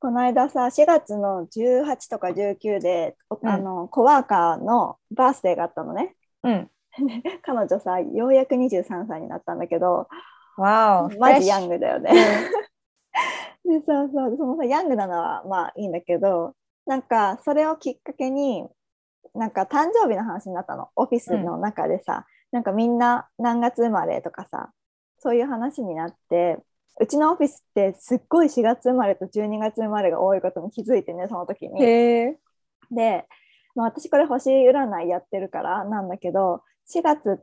この間さ、4月の18とか19で、 うん。 コワーカーのバースデーがあったのね。 うん。 彼女さ、ようやく23歳になったんだけど、 わお、フマジヤンレッシグだよね。 ュ。うん。 でさ、そのさ、ヤングなのはまあいいんだけど、なんかそれをきっかけに、なんか誕生日の話になったの。オフィうん。 スの中でさ、なんかみんな何月生まれとかさ、そういう話になって、うちのオフィスってすっごい4月生まれと12月生まれが多いことに気づいてね、その時へに。 え。 で、まあ、私これ星占いやってるからなんだけど、4月って、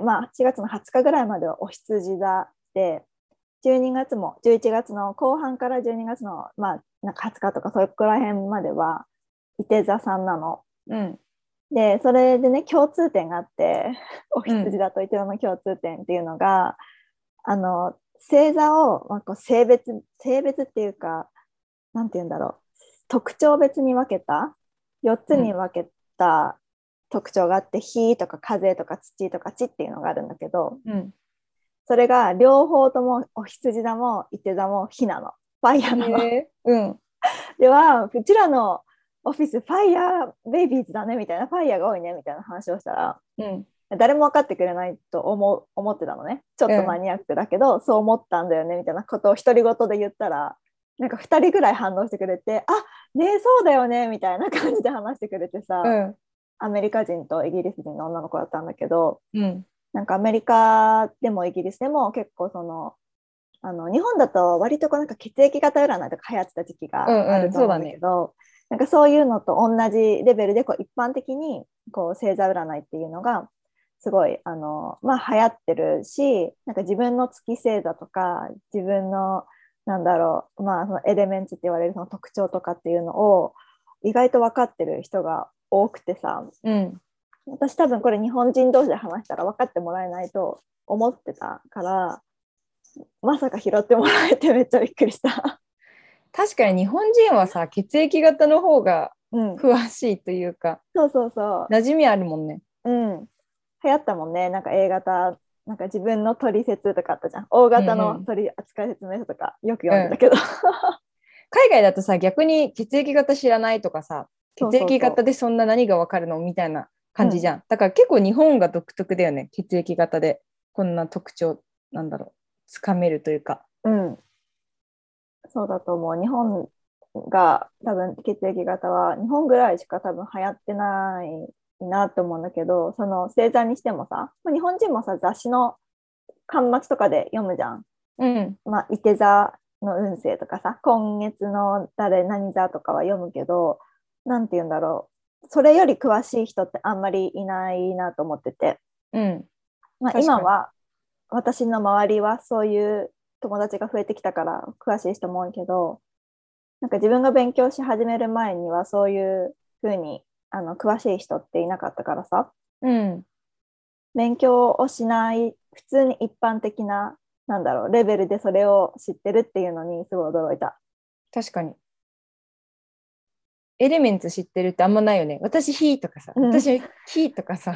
まあ、4月の20日ぐらいまではお羊座で、12月も11月の後半から12月の、まあ、なんか20日とかそれくらい辺までは、伊手座さんなの。 うん。 で、それでね、共通点があって、おうん。 羊座と伊手座の共通点っていうのが、星座を、まあ、こう性別っていうか、なんて言うんだろう、特徴別に分けた、4つうん。 に分けた特徴があって、火とか風とか土とか地っていうのがあるんだけど、 うん。 それが両方ともお羊座も伊手座も火なの。ファイヤーへなの。 え。うん。 では、うちらのオフィスファイヤーベイビーズだねみたいな、ファイヤーが多いねみたいな話をしたら、 うん。 誰も分かってくれないと思ってたのね。ちょっとマうん。 ニアックだけど、そう思ったんだよねみたいなことを独り言で言ったら、なんか2人ぐらい反応してくれて、あ、ねえ、そうだよねみたいな感じで話してくれてさ、 うん。 アメリカ人とイギリス人の女の子だったんだけど、 うん。 なんかアメリカでもイギリスでも結構日本だと割とこうなんか血液型占いとか流行ってた時期うがあん。うん。 ると思うんだけそうだね。 ど、なんかそういうのと同じレベルでこう一般的にこう星座占いっていうのがすごいまあ、流行ってるし、なんか自分の月星座とか自分のなんだろう、まあ、そのエレメンツって言われるその特徴とかっていうのを意外と分かってる人が多くてさ、 うん。 私多分これ日本人同士で話したら分かってもらえないと思ってたから、まさか拾ってもらえてめっちゃびっくりした。 確かに日本人はさ、血液型の方がうん。 詳しいというか、 そうそうそ馴染みあるもんね。 う。うん。流行ったもんね。なんか A 型、なんか自分の取説とかあったじゃん。O うん。 型うん。 の取扱説明書とかよくうん。 読んでたけど。 海外だとさ、逆に血液型知らないとかさ、 そう血液型そうそでそんな何がわかるのみたいなう。うん。 感じじゃん。だから結構日本が独特だよね。血液型でこんな特徴、なんだろう、つかめるというか。 うん。そうだと思う。日本が多分血液型は日本ぐらいしか多分流行ってないなと思うんだけど、その星座にしてもさ、まあ日本人もさ、雑誌の巻末とかで読むじゃん。 うん。 まあ、いて座の運勢とかさ、今月の誰何座とかは読むけど、なんて言うんだろう。それより詳しい人ってあんまりいないなと思ってて。 うん。 まあ、 確かに。 今は私の周りはそういう友達が増えてきたから詳しい人も多いけど、なんか自分が勉強し始める前にはそういうふうに詳しい人っていなかったからさ、 うん。 勉強をしない普通に一般的ななんだろうレベルでそれを知ってるっていうのにすごい驚いた。 確かに。エレメンツ知ってるってあんまないよね。私、火とかさ。 うん、 私、木とかさ。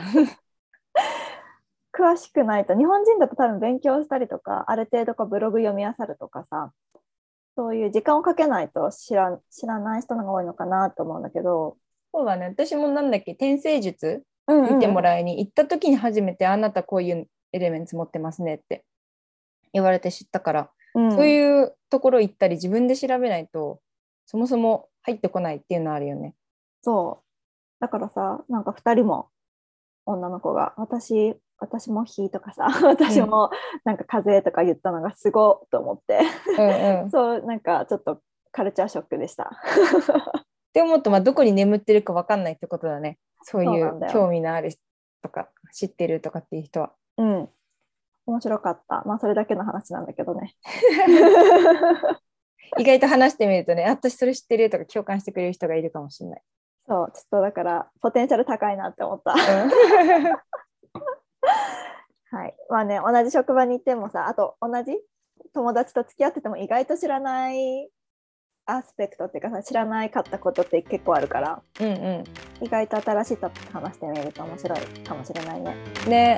詳しくないと日本人だと多分勉強したりとかある程度こうブログ読み漁るとかさ、そういう時間をかけないと知らない人の方が多いのかなと思うんだけど。 そうだね。私もなんだっけ、天星術うん見てもうんらいに行った時に初めてあなたこういうエレメンツ持ってますねって言われて知ったから、そううん。 いうところ行ったり自分で調べないとそもそも入ってこないっていうのはあるよね。 そうだからさ、なんか2人も女の子が私も火とかさ、 うん。 私もなんか風とか言ったのがすごいと思って。 うんうん。 そうなんかちょっとカルチャーショックでした。 で思うと、まあ、どこに眠ってるか分かんないってことだね。そうそういう興なんだよ。 味のあるとか知ってるとかっていう人は。 うん、面白かった。まあそれだけの話なんだけどね。 意外と話してみるとね、私それ知ってるとか共感してくれる人がいるかもしれない。 そう、ちょっとだからポテンシャル高いなって思った。 うん。 はい。まあね、同じ職場にいてもさ、あと同じ友達と付き合ってても意外と知らないアスペクトっていうかさ、知らないかったことって結構あるから、 うんう意外と新しいトピック話してみると面白いかもしれないね。 ん。ね。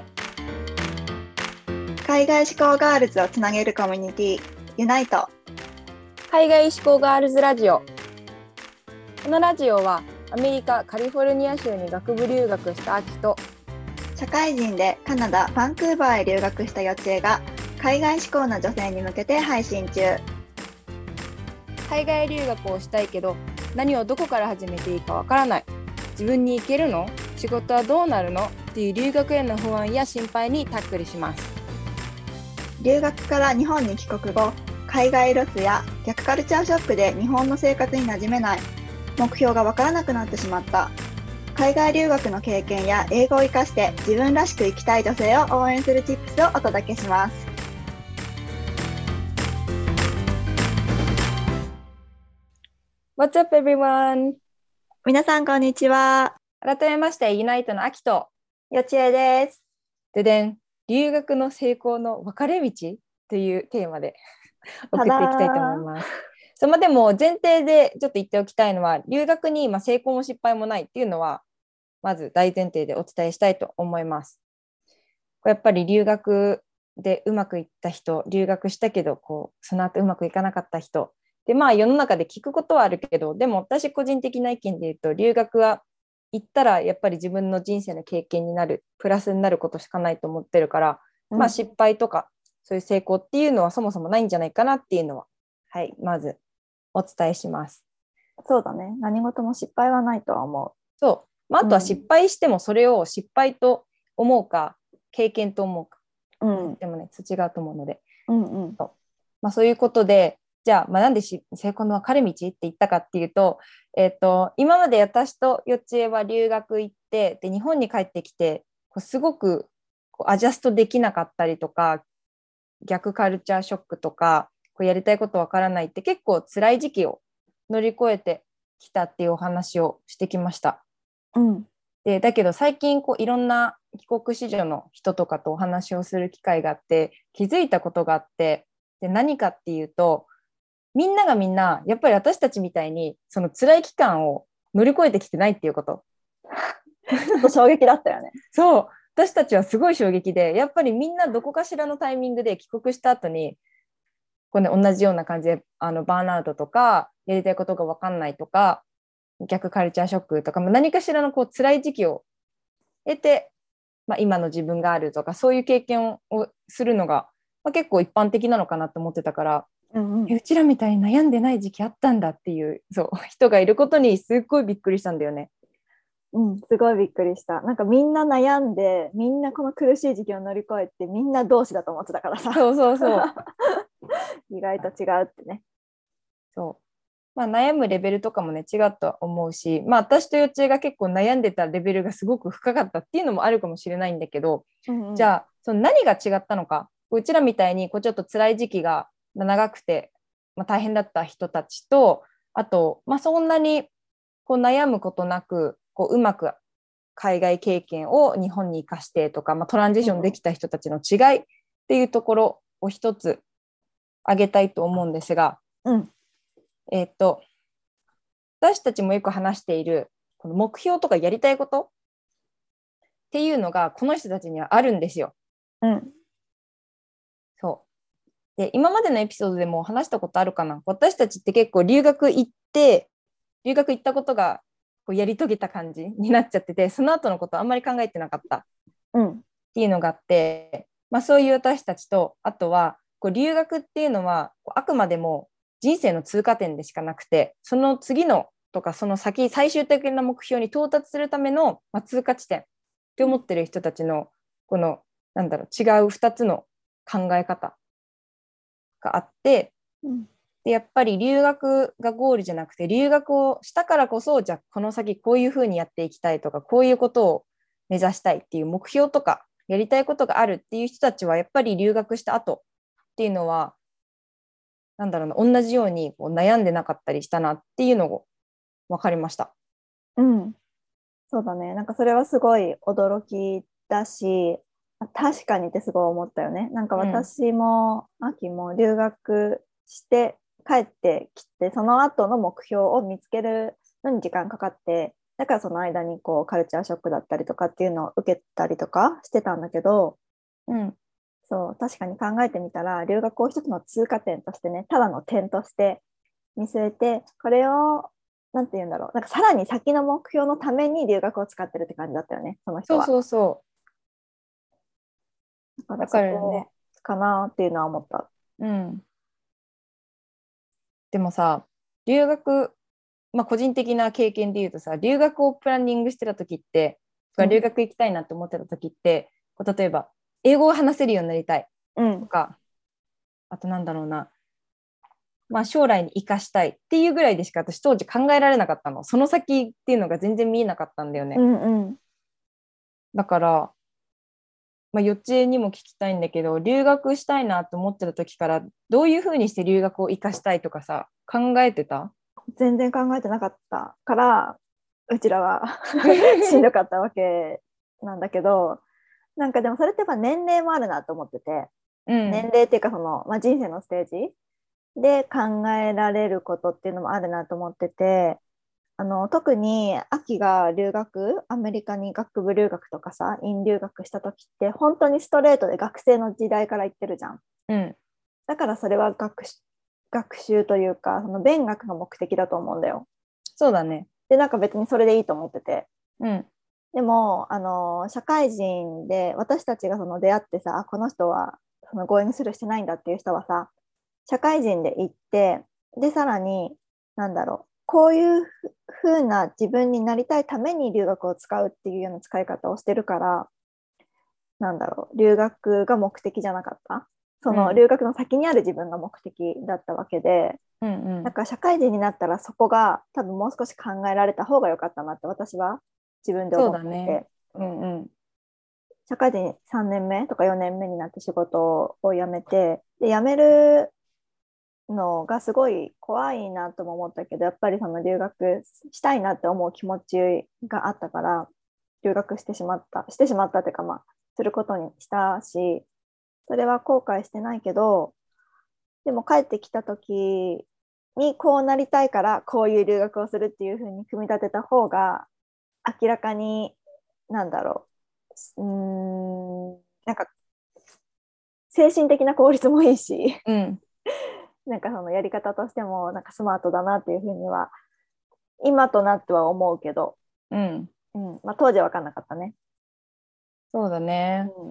海外志向ガールズをつなげるコミュニティ、ユナイト。 海外志向ガールズラジオ。このラジオはアメリカ・カリフォルニア州に学部留学したアキと社会人でカナダ・バンクーバーへ留学したよちえが海外志向の女性に向けて配信中。 海外留学をしたいけど何をどこから始めていいかわからない、自分に行けるの、仕事はどうなるのっていう留学への不安や心配にタックルします。 留学から日本に帰国後、海外ロスや逆カルチャーショックで日本の生活に馴染めない、目標がわからなくなってしまった、海外留学の経験や英語を生かして自分らしく生きたい女性を応援するチップスをお届けします。 What's up everyone? 皆さんこんにちは。 改めましてユナイトのアキとよちえです。 ででん、留学の成功の分かれ道というテーマで送っていきたいと思います。でも前提でちょっと言っておきたいのは、留学に成功も失敗もないっていうのはまず大前提でお伝えしたいと思います。やっぱり留学でうまくいった人、留学したけどその後うまくいかなかった人で、世の中で聞くことはあるけど、でも私個人的な意見で言うと、留学は行ったらやっぱり自分の人生の経験になる、プラスになることしかないと思ってるから、失敗とかそういう成功っていうのはそもそもないんじゃないかなっていうのは、まずお伝えします。 そうだね。何事も失敗はないとは思う。 そう。あとは失敗してもそれを失敗と思うか、経験と思うか。でもね、違うと思うので。そういうことで、じゃあ、なんで成功の分かれ道って言ったかっていうと、今まで私とよっちえは留学行って、で日本に帰ってきて、すごくアジャストできなかったりとか、逆カルチャーショックとか、やりたいことわからないって結構辛い時期を乗り越えてきたっていうお話をしてきました。でだけど最近いろんな帰国子女の人とかとお話をする機会があって、気づいたことがあって、で何かっていうと、みんながみんなやっぱり私たちみたいにその辛い期間を乗り越えてきてないっていうことちょっと衝撃だったよね。 そう、私たちはすごい衝撃で、やっぱりみんなどこかしらのタイミングで帰国した後に同じような感じでバーンアウトとかやりたいことが分かんないとか逆カルチャーショックとか、何かしらの辛い時期を得て、今の自分があるとか、そういう経験をするのが、結構一般的なのかなと思ってたから、うちらみたいに悩んでない時期あったんだっていう人がいることにすっごいびっくりしたんだよね。 すごいびっくりした。なんかみんな悩んで、みんなこの苦しい時期を乗り越えて、みんな同志だと思ってたからさ。 そう意外と違うってね。 悩むレベルとかもね違うとは思うし、私とよっちえが結構悩んでたレベルがすごく深かったっていうのもあるかもしれないんだけど、じゃあその何が違ったのか、うちらみたいにちょっと辛い時期が長くて、大変だった人たちと、あと、そんなに悩むことなくうまく海外経験を日本に生かしてとか、トランジションできた人たちの違いっていうところを一つ挙げたいと思うんですが、私たちもよく話しているこの目標とかやりたいことっていうのがこの人たちにはあるんですよ。で今までのエピソードでも話したことあるかな。私たちって結構留学行ったことがやり遂げた感じになっちゃってて、その後のことあんまり考えてなかったっていうのがあって、そういう私たちと、あとは留学っていうのはあくまでも人生の通過点でしかなくて、その次のとかその先最終的な目標に到達するための、通過地点って思ってる人たちの違う2つの考え方があって、でやっぱり留学がゴールじゃなくて、留学をしたからこそ、じゃあこの先こういうふうにやっていきたいとか、こういうことを目指したいっていう目標とかやりたいことがあるっていう人たちは、やっぱり留学した後っていうのは同じように悩んでなかったりしたなっていうのが分かりました。 そうだね。なんかそれはすごい驚きだし、確かにってすごい思ったよね。なんか私も、秋も留学して帰ってきて、その後の目標を見つけるのに時間かかって、だからその間にカルチャーショックだったりとかっていうのを受けたりとかしてたんだけど、そう確かに考えてみたら、留学を一つの通過点としてね、ただの点として見据えて、これをなんて言うんだろう、なんかさらに先の目標のために留学を使ってるって感じだったよね、その人そうは。 そうそだかう。だらそからね、 こかなっていうのは思った。 うん。でもさ、留学、まあ個人的な経験で言うとさ、留学をプランニングしてた時って、留うん。 学行きたいなって思ってた時って、こう例えば、英語を話せるようになりたいうん。 とか、あとなんだろうな、まあ将来に生かしたいっていうぐらいでしか私当時考えられなかったの。その先っていうのが全然見えなかったんだよね。 うんうん。 だから、まあ、幼稚園にも聞きたいんだけど、留学したいなと思ってた時から、どういうふうにして留学を生かしたいとかさ、考えてた？ 全然考えてなかったから、うちらはしんどかったわけなんだけど、なんかでもそれってやっぱ年齢もあるなと思ってて、年うん、 齢っていうかその、まあ、人生のステージで考えられることっていうのもあるなと思ってて、特に秋が留学、アメリカに学部留学とかさ、院留学した時って本当にストレートで学生の時代から行ってるじゃん。 うん、 だからそれは学習というか、その勉学が目的だと思うんだよ。 そうだね。 で、なんか別にそれでいいと思ってて。 うん、 でも、社会人で私たちがその出会ってさ、この人はそのゴーイングスルーしてないんだっていう人はさ、社会人で行って、で、さらに、なんだろう、こういう風な自分になりたいために留学を使うっていうような使い方をしてるから、なんだろう、留学が目的じゃなかった。そうん、 の留学の先にある自分が目的だったわけで、 うん、うん。 だから社会人になったらそこが多分もう少し考えられた方が良かったなって私は自分でそう思っだね。 ていて、 うん、うん、 社会人3年目とか4年目になって仕事を辞めて、で辞めるのがすごい怖いなとも思ったけど、やっぱりその留学したいなって思う気持ちがあったから留学してしまったっていうか、まあすることにしたし、それは後悔してないけど、でも帰ってきた時にこうなりたいからこういう留学をするっていう風に組み立てた方が明らかに、なんだろう、なんか精神的な効率もいいし、 うん、 なんかそのやり方としてもなんかスマートだなっていう風には今となっては思うけど、 うん。 まあ、当時は分かんなかったね。 そうだね。 うん、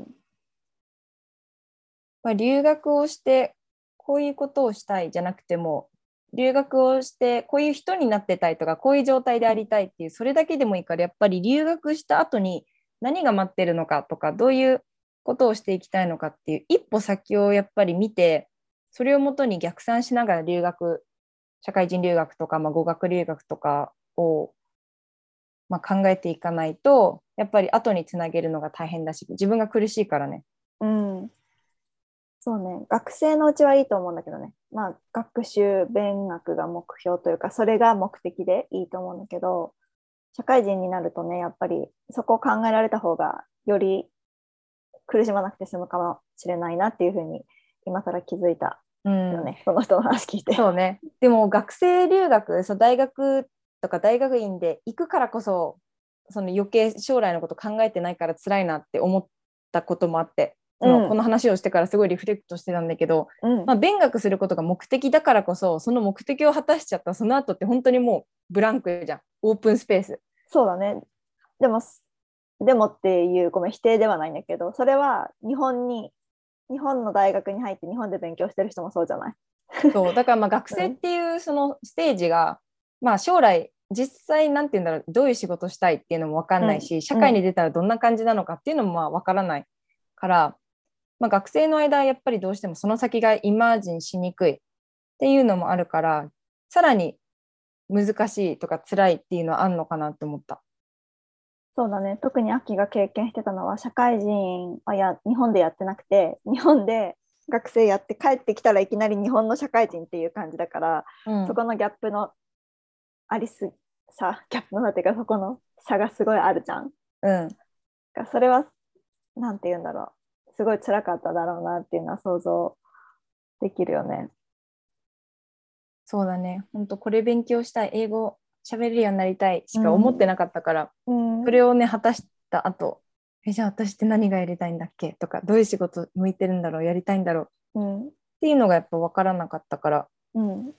まあ、留学をして、こういうことをしたいじゃなくても、留学をして、こういう人になってたいとか、こういう状態でありたいっていう、それだけでもいいから、やっぱり留学した後に何が待ってるのかとか、どういうことをしていきたいのかっていう、一歩先をやっぱり見て、それをもとに逆算しながら社会人留学とか、まあ、語学留学とかを、まあ、考えていかないと、やっぱり後につなげるのが大変だし、自分が苦しいからね。 うん、そうね、学生のうちはいいと思うんだけどね、まあ、学習、勉学が目標というか、それが目的でいいと思うんだけど、社会人になるとね、やっぱりそこを考えられた方が、より苦しまなくて済むかもしれないなっていうふうに、今更気づいたうん。 よね、その人の話聞いて。 そうね。でも学生留学、そう大学とか大学院で行くからこそ、その余計将来のこと考えてないから辛いなって思ったこともあって、 うん、 この話をしてからすごいリフレクトしてたんだけど、 うん、 まあ、勉学することが目的だからこそ、その目的を果たしちゃったその後って本当にもうブランクじゃん。オープンスペース。 そうだね。でも、でもっていう、ごめん、否定ではないんだけど、それは日本の大学に入って日本で勉強してる人もそうじゃない？ そう、だからまあ学うん、 生っていうそのステージが、まあ将来実際なんて言うんだろう、どういう仕事したいっていうのも分かんうん、 ないし、社うん、 会に出たらどんな感じなのかっていうのもまあ分からないから、まあ、学生の間はやっぱりどうしてもその先がイマージンしにくいっていうのもあるから、さらに難しいとか辛いっていうのはあるのかなって思った。 そうだね。特にアッキーが経験してたのは、社会人は日本でやってなくて、日本で学生やって帰ってきたらいきなり日本の社会人っていう感じだから、 うん、 そこのギャップのありすギャップの差っていうか、そこの差がすごいあるじゃん。 うん、 それは、なんて言うんだろう。すごい辛かっただろうなっていうのは想像できるよね。 そうだね。本当これ勉強したい、英語喋れるようになりたいしうん。 か思ってなかったから、 うん。 それをね、果たした後、じゃあ私って何がやりたいんだっけとか、どういう仕事向いてるんだろう、やりたいんだろうっうん。 ていうのがやっぱ分からなかったから、 うん。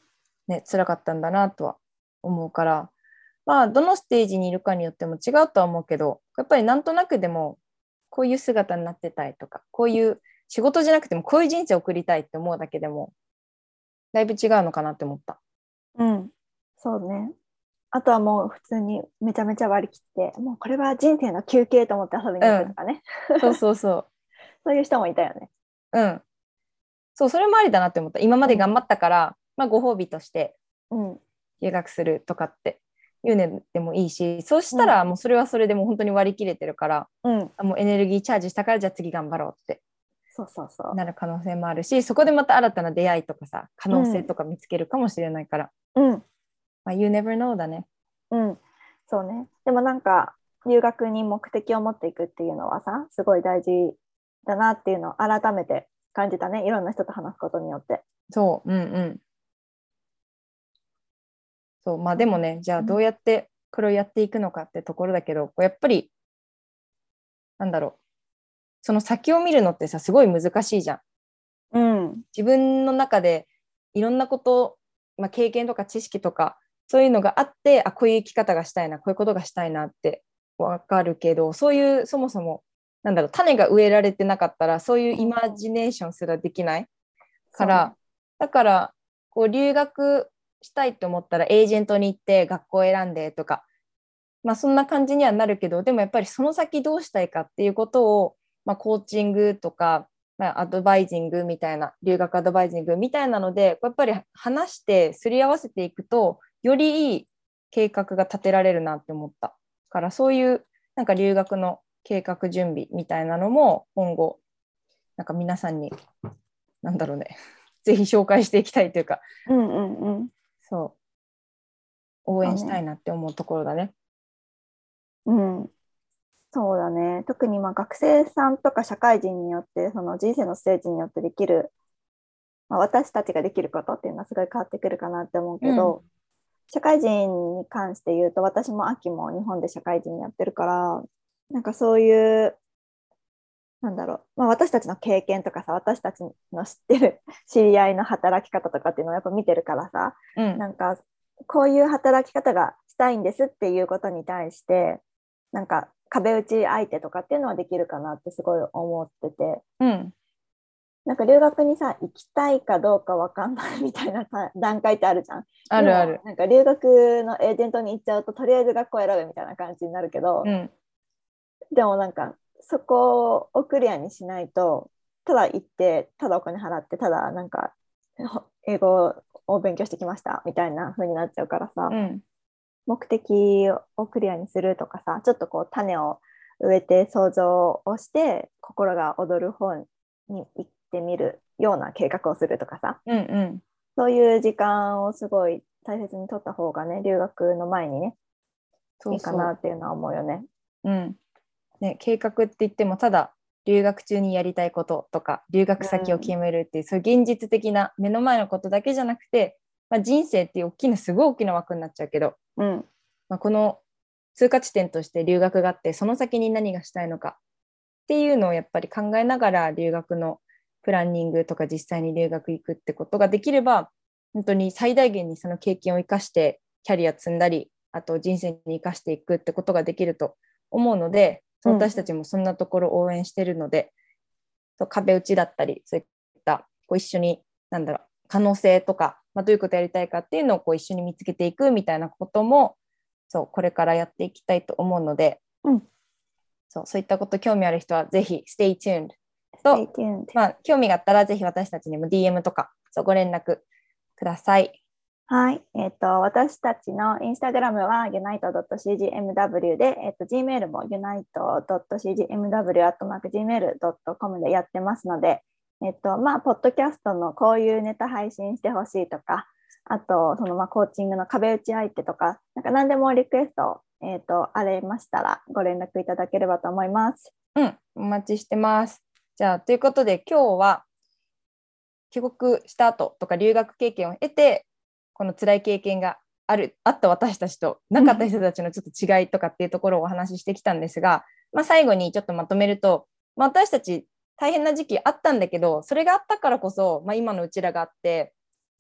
ね、辛かったんだなとは思うから、まあどのステージにいるかによっても違うとは思うけど、やっぱりなんとなくでもこういう姿になってたいとか、こういう仕事じゃなくてもこういう人生を送りたいって思うだけでもだいぶ違うのかなって思った。 うん、そうね。あとはもう普通にめちゃめちゃ割り切って、もうこれは人生の休憩と思って遊びに行くとかね。 そうそうそそういう人もいたよね。 う。そう、それもありだなって思った。今まで頑張ったから、まあご褒美としてうん。 留学するとかっていうのでもいいし、そうしうん。 たらもうそれはそれでもう本当に割り切れてるから、 うん。 もうエネルギーチャージしたからじゃあ次頑張ろうってそうそうそなる可能性もあるし、そこでまた新たな出会いとかさ、可う。う能性ん。 とか見つけるかもしれないから、 うん。 まあ、You never know だね。 うん。そうね。でもなんか、留学に目的を持っていくっていうのはさ、すごい大事だなっていうのを改めて感じたね。いろんな人と話すことによって。 そう、うんうん。そう、まあそう。 でもね、じゃあうん。 どうやってこれをやっていくのかってところだけど、やっぱり、なんだろう、その先を見るのってさ、すごい難しいじゃん。 うん。 自分の中でいろんなこと、まあ、経験とか知識とか、そういうのがあって、あ、こういう生き方がしたいな、こういうことがしたいなってわかるけど、そういうそもそも、なんだろう、種が植えられてなかったら、そういうイマジネーションすらできないかそうね。 ら、だから、こう留学したいと思ったら、エージェントに行って学校を選んでとか、まあそんな感じにはなるけど、でもやっぱりその先どうしたいかっていうことを、まあ、コーチングとか、まあ、アドバイジングみたいな、留学アドバイジングみたいなので、やっぱり話してすり合わせていくと、よりいい計画が立てられるなって思った。からそういうなんか留学の計画準備みたいなのも今後、なんか皆さんに、なんだろうね、ぜひ紹介していきたいというか、 うんうんうん。 そう、応援したそうね。 いなって思うところだね。 うん。そうだね。特にまあ学生さんとか社会人によって、その人生のステージによってできる、まあ、私たちができることっていうのはすごい変わってくるかなって思ううん、 けど、社会人に関して言うと、私も秋も日本で社会人やってるから、なんかそういう、なんだろう、まあ、私たちの経験とかさ、私たちの知ってる知り合いの働き方とかっていうのをやっぱ見てるからさ、 うん、 なんかこういう働き方がしたいんですっていうことに対して、なんか壁打ち相手とかっていうのはできるかなってすごい思ってて、 うん、 なんか留学にさ、行きたいかどうかわかんないみたいな段階ってあるじゃん。でも、 あるある。 なんか留学のエージェントに行っちゃうと、とりあえず学校選ぶみたいな感じになるけど、 うん、 でもなんか、そこをクリアにしないと、ただ行って、ただお金払って、ただなんか、英語を勉強してきましたみたいな風になっちゃうからさ、 うん、 目的をクリアにするとかさ、ちょっとこう種を植えて想像をして心が躍る方に行ってみるような計画をするとかさ、 うん、うん。 そういう時間をすごい大切に取った方がね、留学の前にね、いいかなそうそっていうのは思うよね。 う。うん。ね、計画って言っても、ただ留学中にやりたいこととか、留学先をうん。 決めるっていう、そういう現実的な目の前のことだけじゃなくて、まあ、人生っていう大きな、すごい大きな枠になっちゃうけど、 うん。 まあ、この通過地点として留学があって、その先に何がしたいのかっていうのをやっぱり考えながら留学のプランニングとか実際に留学行くってことができれば、本当に最大限にその経験を生かしてキャリア積んだり、あと人生に生かしていくってことができると思うので、 うん。 私たちもそんなところを応援しているので、壁打ちだったり、そういったこう一緒に、なんだろう、可能性とか、まあ、どういうことやりたいかっていうのをこう一緒に見つけていくみたいなことも、そうこれからやっていきたいと思うので、 うん。 そういったこと興味ある人はぜひ stay tuned Stay と、 tuned。 まあ、興味があったらぜひ私たちにも DM とかご連絡ください。 はい。私たちのインスタグラムは unite.cgmw で、Gmail も unite.cgmw.gmail.com でやってますので、まあ、ポッドキャストのこういうネタ配信してほしいとか、あと、まあ、コーチングの壁打ち相手とか、なんか何でもリクエスト、ありましたらご連絡いただければと思います。 うん、お待ちしてます。じゃあ、ということで今日は帰国した後とか留学経験を得て、この辛い経験があった私たちとなかった人たちのちょっと違いとかっていうところをお話ししてきたんですが、まあ、最後にちょっとまとめると、まあ、私たち大変な時期あったんだけど、それがあったからこそ、まあ、今のうちらがあって、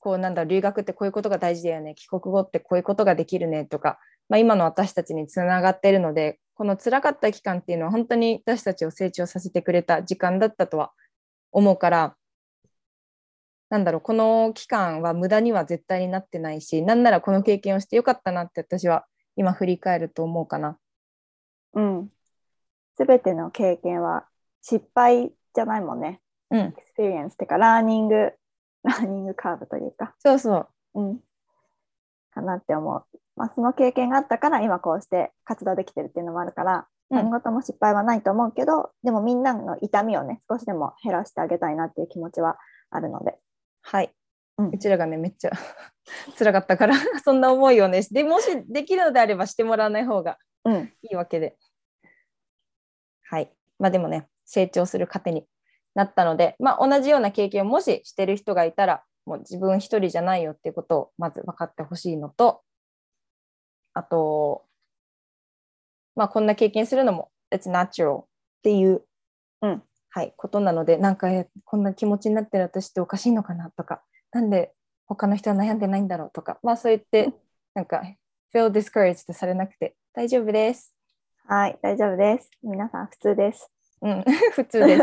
こうなんだろう、留学ってこういうことが大事だよね、帰国後ってこういうことができるねとか、今の私たちにつながっているので、この辛かった期間っていうのは本当に私たちを成長させてくれた時間だったとは思うから、なんだろう、この期間は無駄には絶対になってないし、なんならこの経験をしてよかったなって私は今振り返ると思うかな。 うん。すべての経験は失敗じゃないもんね。 うん。 エクスペリエンスっていうか、ラーニングカーブというか、 そうそう。 うん、かなって思う。その経験があったから、今こうして活動できてるっていうのもあるから、何事も失敗はないと思うけど、でもみんなの痛みをね、少しでも減らしてあげたいなっていう気持ちはあるので。 はい。 うん、 うちらがね、めっちゃ辛かったからそんな思いをね、もしできるのであればしてもらわない方がいいわけで。はい。でもね、成長する糧になったので、同じような経験をもししてる人がいたら、もう自分一人じゃないよっていうことをまず分かってほしいのと、あと、こんな経験するのも It's natural っていう、はい、ことなので、なんかこんな気持ちになってる私っておかしいのかなとか、なんで他の人は悩んでないんだろうとか、そう言って、なんか feel discouraged されなくて大丈夫です。 はい、大丈夫です。皆さん普通です。 うん、普通です。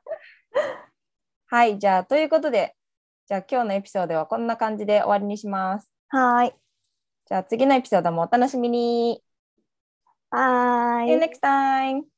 はい、じゃあ、ということで、じゃあ今日のエピソードはこんな感じで終わりにします。 はい。 じゃあ次のエピソードもお楽しみに。 は See you い。 next time!